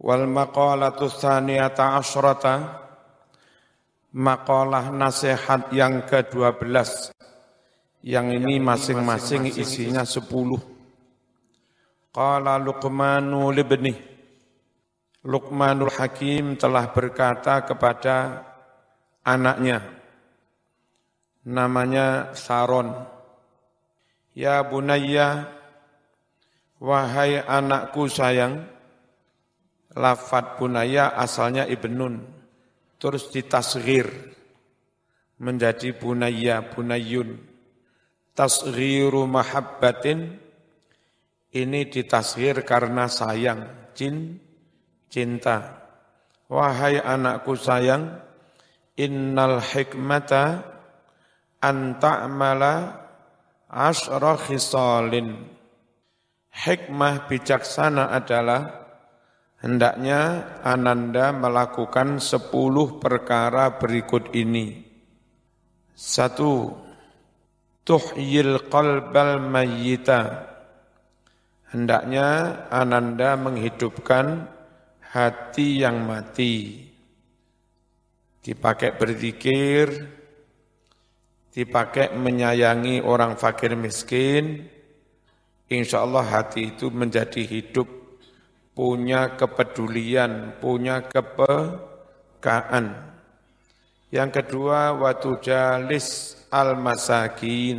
Wal maqalatu tsaniyata asyrata, maqalah nasihat yang ke-12, yang ini masing-masing isinya 10. Qala Luqmanu libnih, Luqmanul Hakim telah berkata kepada anaknya, namanya Saron, ya bunayya, wahai anakku sayang. Lafad bunayya asalnya ibnun, terus ditasghir menjadi bunayya, bunayyun. Tasghiru mahabbatin, ini ditasghir karena sayang, cinta. Wahai anakku sayang, innal hikmata an ta'mala asyra khisalin. Hikmah bijaksana adalah hendaknya Ananda melakukan 10 perkara berikut ini. 1. Tuhyil qalbal mayyita. Hendaknya Ananda menghidupkan hati yang mati. Dipakai berzikir, dipakai menyayangi orang fakir miskin, insya Allah hati itu menjadi hidup, punya kepedulian, punya kepekaan. Yang kedua, watujalis al-masakin.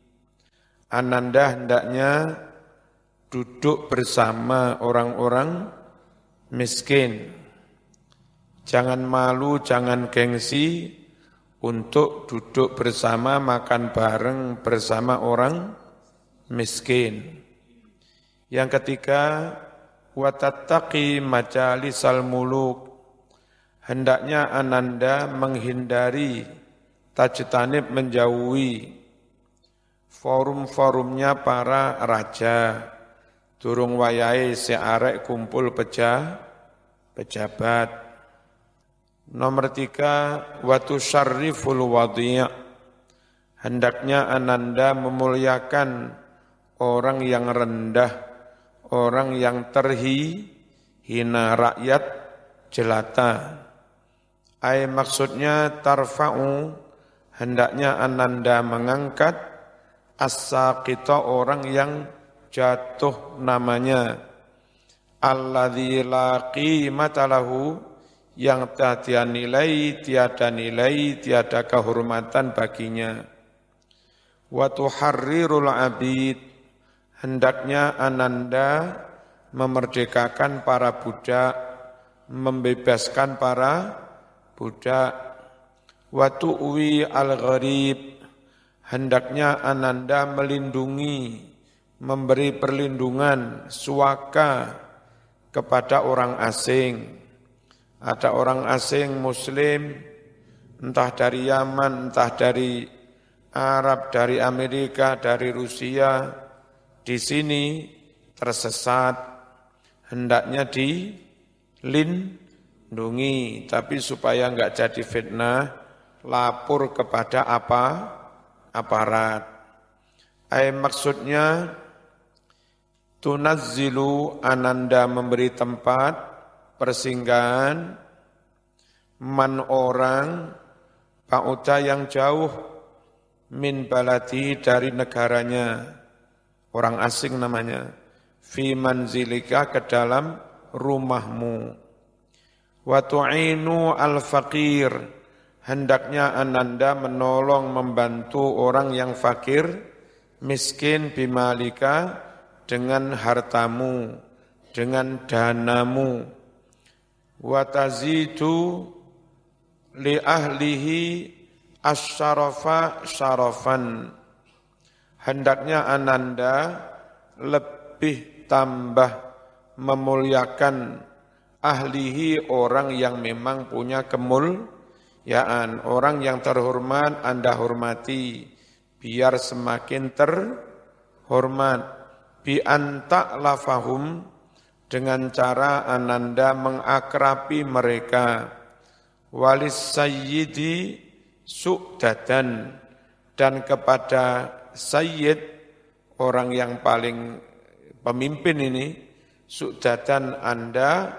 Ananda hendaknya duduk bersama orang-orang miskin. Jangan malu, jangan gengsi untuk duduk bersama, makan bareng bersama orang miskin. Yang ketiga, watattaqi majalisal muluk. Hendaknya Ananda menghindari, tajtanib menjauhi forum-forumnya para raja. Durung wayahe searek kumpul pejabat. Nomor 3, watu syarriful wadhi'. Hendaknya Ananda memuliakan orang yang rendah, orang yang terhina, rakyat jelata. Maksudnya tarfa'u, hendaknya Ananda mengangkat as-saqita, orang yang jatuh namanya, alladzi la qimata lahu, yang tiada nilai, tiada kehormatan baginya. Wa tuharrirul abid, hendaknya Ananda memerdekakan para budak, membebaskan para budak. Wa tu'wi al-gharib, hendaknya Ananda melindungi, memberi perlindungan, suaka kepada orang asing. Ada orang asing Muslim, entah dari Yaman, entah dari Arab, dari Amerika, dari Rusia, di sini tersesat, hendaknya dilindungi, tapi supaya enggak jadi fitnah, lapor kepada aparat. Maksudnya tunazzilu, Ananda memberi tempat persinggahan, man orang, ba'uda yang jauh, min baladi dari negaranya, orang asing namanya, fi manzilika ke dalam rumahmu. Wa tu'inu al-faqir, hendaknya Ananda menolong, membantu orang yang fakir, miskin, bimalika, dengan hartamu, dengan danamu. Wa tazidu li ahlihi asyarafa syarafan, hendaknya Ananda lebih tambah memuliakan ahlihi, orang yang memang punya kemuliaan, orang yang terhormat Anda hormati, biar semakin terhormat. Bi anta lafahum, dengan cara Ananda mengakrabi mereka. Walis sayyidi su'dadan, dan kepada sayyid, orang yang paling pemimpin ini, su'dadan Anda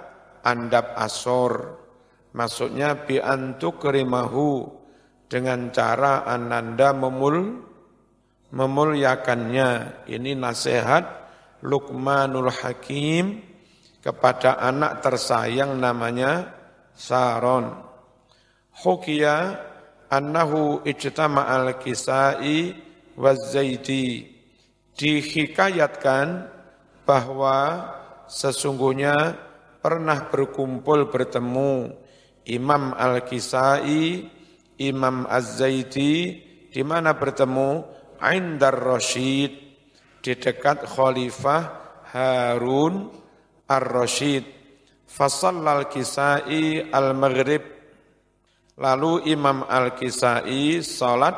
andap asor. Maksudnya bi antukrimahu, dengan cara ananda memuliakannya. Ini nasihat Luqmanul Hakim kepada anak tersayang namanya Saron. Hukiya annahu ijtama'al Kisai waz-Zaidi. Dihikayatkan bahwa sesungguhnya pernah bertemu Imam Al-Kisai, Imam Az-Zaidi. Di mana bertemu? Indar Rasyid, di dekat Khalifah Harun Ar-Rasyid. Fasallal Kisai al-Maghrib, lalu Imam Al-Kisai salat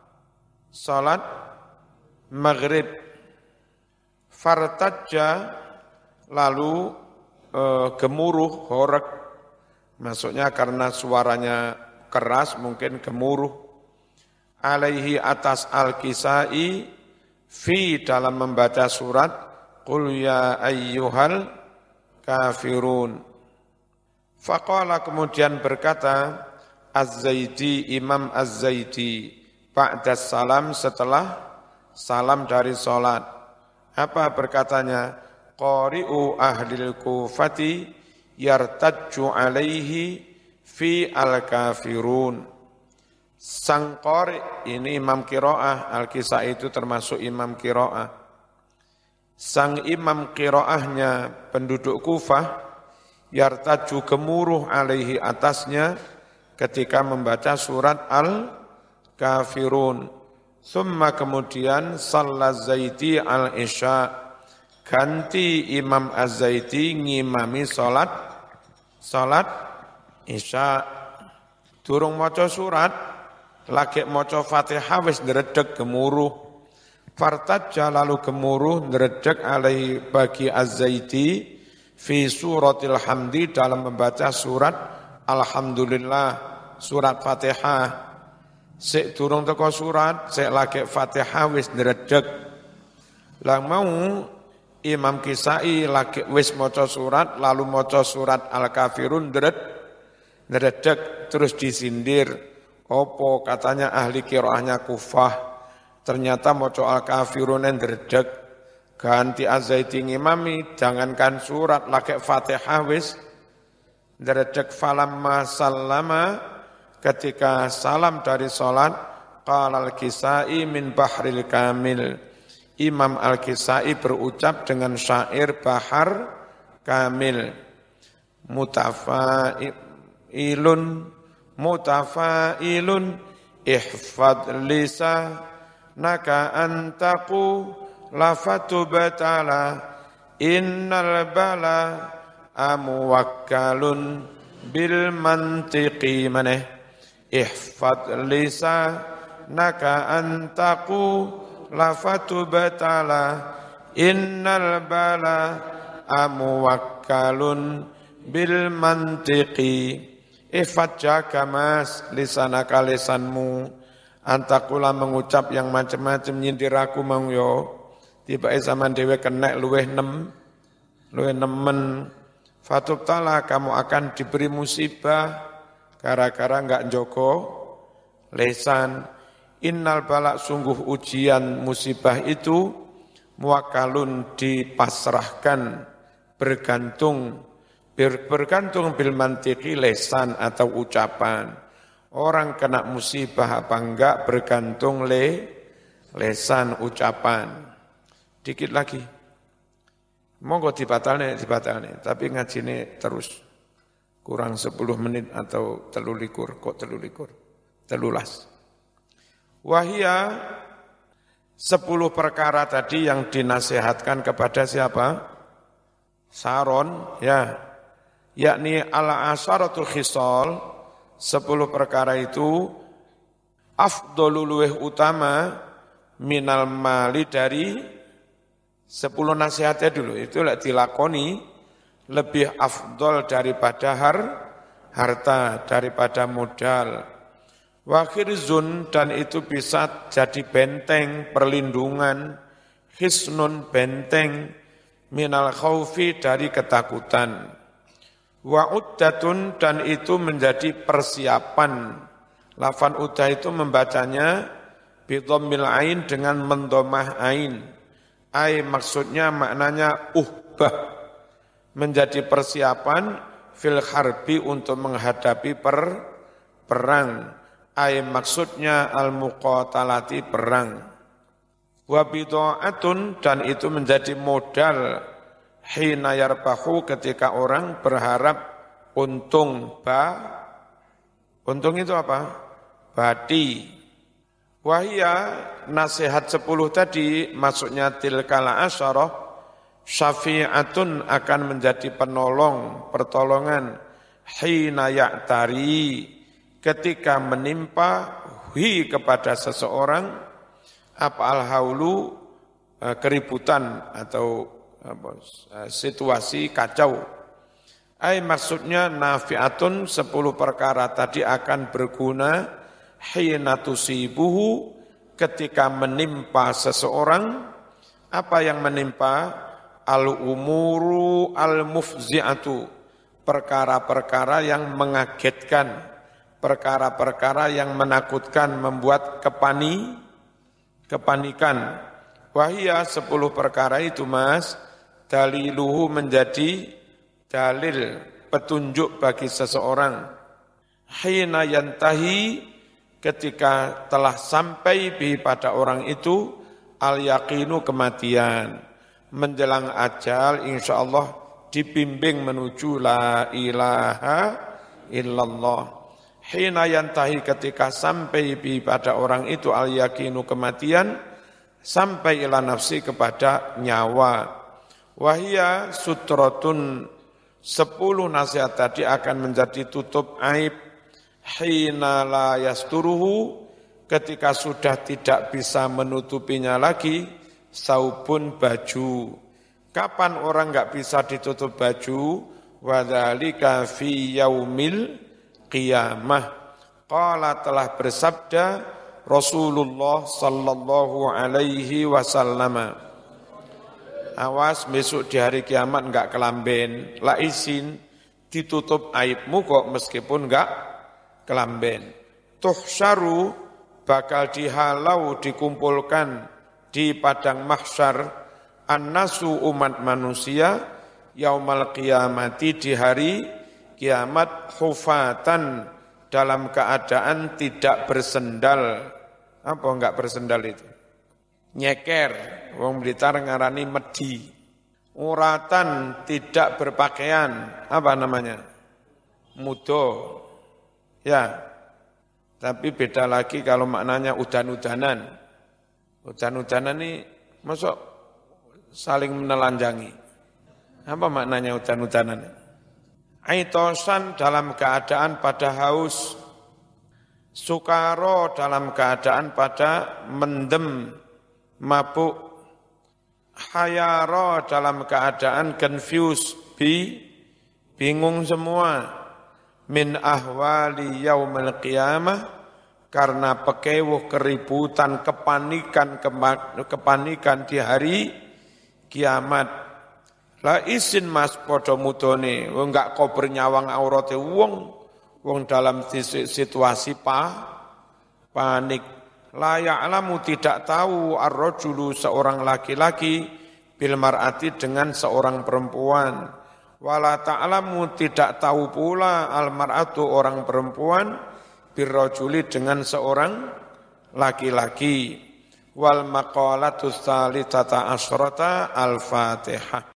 Maghrib. Fartajja, lalu gemuruh, horeg, maksudnya karena suaranya keras mungkin gemuruh. Alaihi, atas Al-Kisai, fi, dalam membaca surat Qul ya ayyuhal kafirun. Faqala, kemudian berkata Az-Zaidi, Imam Az-Zaidi, ba'da salam, setelah salam dari salat. Apa berkatanya? Qari'u ahlil Kufati yartajju alaihi fi al-kafirun. Sang qari, ini imam qiraah, Al-Kisai itu termasuk imam qiraah. Sang imam qiraahnya penduduk Kufah, yartaju, gemuruh, alaihi, atasnya, ketika membaca surat Al-Kafirun. Summa, kemudian shalla Zaidi al-Isya, ganti Imam Az-Zaidi ngimami salat Isya. Durung maca surat, lagi maca Fatihah wis ndredeg gemuruh. Fartajja, lalu gemuruh ndredeg alaihi, bagi Az-Zaidi, fi suratil hamdi, dalam membaca surat Alhamdulillah, surat Fatihah. Sik durung teko surat, sik lagi Fatihah wis ndredeg. Lah mau Imam Kisai lagi wis maca surat, lalu maca surat Al-Kafirun ndredeg, terus disindir. Opo, katanya ahli qiraahnya Kufah, ternyata maca Al-Kafirun ndredeg. Ganti Az-Zaidi ngimami, jangankan surat, lagi Fatihah wis ndredeg. Falamma sallama, ketika salam dari salat, qala Al-Kisai min bahril kamil, Imam Al-Kisai berucap dengan syair Bahar Kamil. Mutafailun ihfad lisanaka antaku lafatu batala innal bala amuwakkalun bil mantiqi maneh. Ihfad lisanaka antaku lafatu batala innal bala amuwakkalun bil mantiqi. Ihfad, jaga mas, lisanaka, lisanmu, antakula, mengucap yang macam-macam, nyindir aku mau yo. Tiba zaman dewe kena luweh nemen. Fatubtala, kamu akan diberi musibah gara-gara enggak njogo lesan. Innal balak, sungguh ujian musibah itu, muwakalun, dipasrahkan, bergantung bil mantiki, lesan atau ucapan. Orang kena musibah apa enggak bergantung lesan, ucapan. Dikit lagi. Monggo dibatalne, tapi ngajine terus. Kurang 10 menit atau 13, kok 13. Wahia 10 perkara tadi yang dinasihatkan kepada siapa? Saron, ya. Yakni al-asyaratul khisal, 10 perkara itu afdolul luweh utama minal mali, dari 10 nasihatnya dulu. Itu dilakoni lebih afdol daripada harta, daripada modal. Wakhirzun, dan itu bisa jadi benteng, perlindungan. Hisnun, benteng. Minal khaufi, dari ketakutan. Wa uddatun, dan itu menjadi persiapan. Lafan uddah itu membacanya bidhammil ain dengan mendomah ain. Ai maksudnya maknanya uhbah, menjadi persiapan fil harbi untuk menghadapi perang. Ai maksudnya al muqatalati perang. Wa bid'atun, dan itu menjadi modal hina yarbahu, ketika orang berharap untung. Untung itu apa? Badi. Wahia, nasihat 10 tadi, maksudnya tilkala asyarah, syafi'atun, akan menjadi penolong, pertolongan, hina ya'tari, ketika menimpa hi kepada seseorang, apa al-haulu, keributan atau situasi kacau. Maksudnya nafi'atun, 10 perkara tadi akan berguna hina tusibuhu, ketika menimpa seseorang. Apa yang menimpa? Al-umuru al-mufzi'atu, perkara-perkara yang mengagetkan, perkara-perkara yang menakutkan, membuat kepanikan. Wahia, 10 perkara itu mas, daliluhu, menjadi dalil, petunjuk bagi seseorang. Hina yantahi, ketika telah sampai pada orang itu, al-yaqinu, kematian. Menjelang ajal, insyaallah dibimbing menuju la ilaha illallah. Hina yantahi, ketika sampai pada orang itu, al-yaqinu, kematian, sampai ila nafsi, kepada nyawa. Wahia sutratun, 10 nasihat tadi akan menjadi tutup aib. Hina la yasturuhu, ketika sudah tidak bisa menutupinya lagi, saubun, baju. Kapan orang enggak bisa ditutup baju? Wadzalika fi yaumil qiyamah. Qala, telah bersabda Rasulullah sallallahu alaihi wasallam, awas besok di hari kiamat enggak kelamben, la izin, ditutup aibmu kok meskipun enggak kelamben. Tuhsyaru, bakal dihalau, dikumpulkan di padang mahsyar, annasu, umat manusia, yaumal qiyamati, di hari kiamat, hufatan, dalam keadaan tidak bersendal. Apa enggak bersendal itu? Nyeker, wong Blitar ngarani medi. Uratan, tidak berpakaian, apa namanya? Mudo. Ya, tapi beda lagi kalau maknanya udan-udanan. Udan-udanan ini masuk saling menelanjangi. Apa maknanya udan-udanan? Aitosan, dalam keadaan pada haus. Sukaro, dalam keadaan pada mendem, mabuk. Hayaro, dalam keadaan confused, bingung semua. Min ahwali yaumil qiyamah, karena pekewuh, keributan, kepanikan di hari kiamat. La isin mas podo mudone, enggak kau bernyawang aurate wong dalam situasi panik. La ya'lamu, tidak tahu, ar-rajulu, seorang laki-laki, bil mar'ati, dengan seorang perempuan. Wala ta'lamu, tidak tahu pula, al-mar'atu, orang perempuan, birrajuli, dengan seorang laki-laki. Wal maqalatu tsalitsata asyrata, al-Fatihah.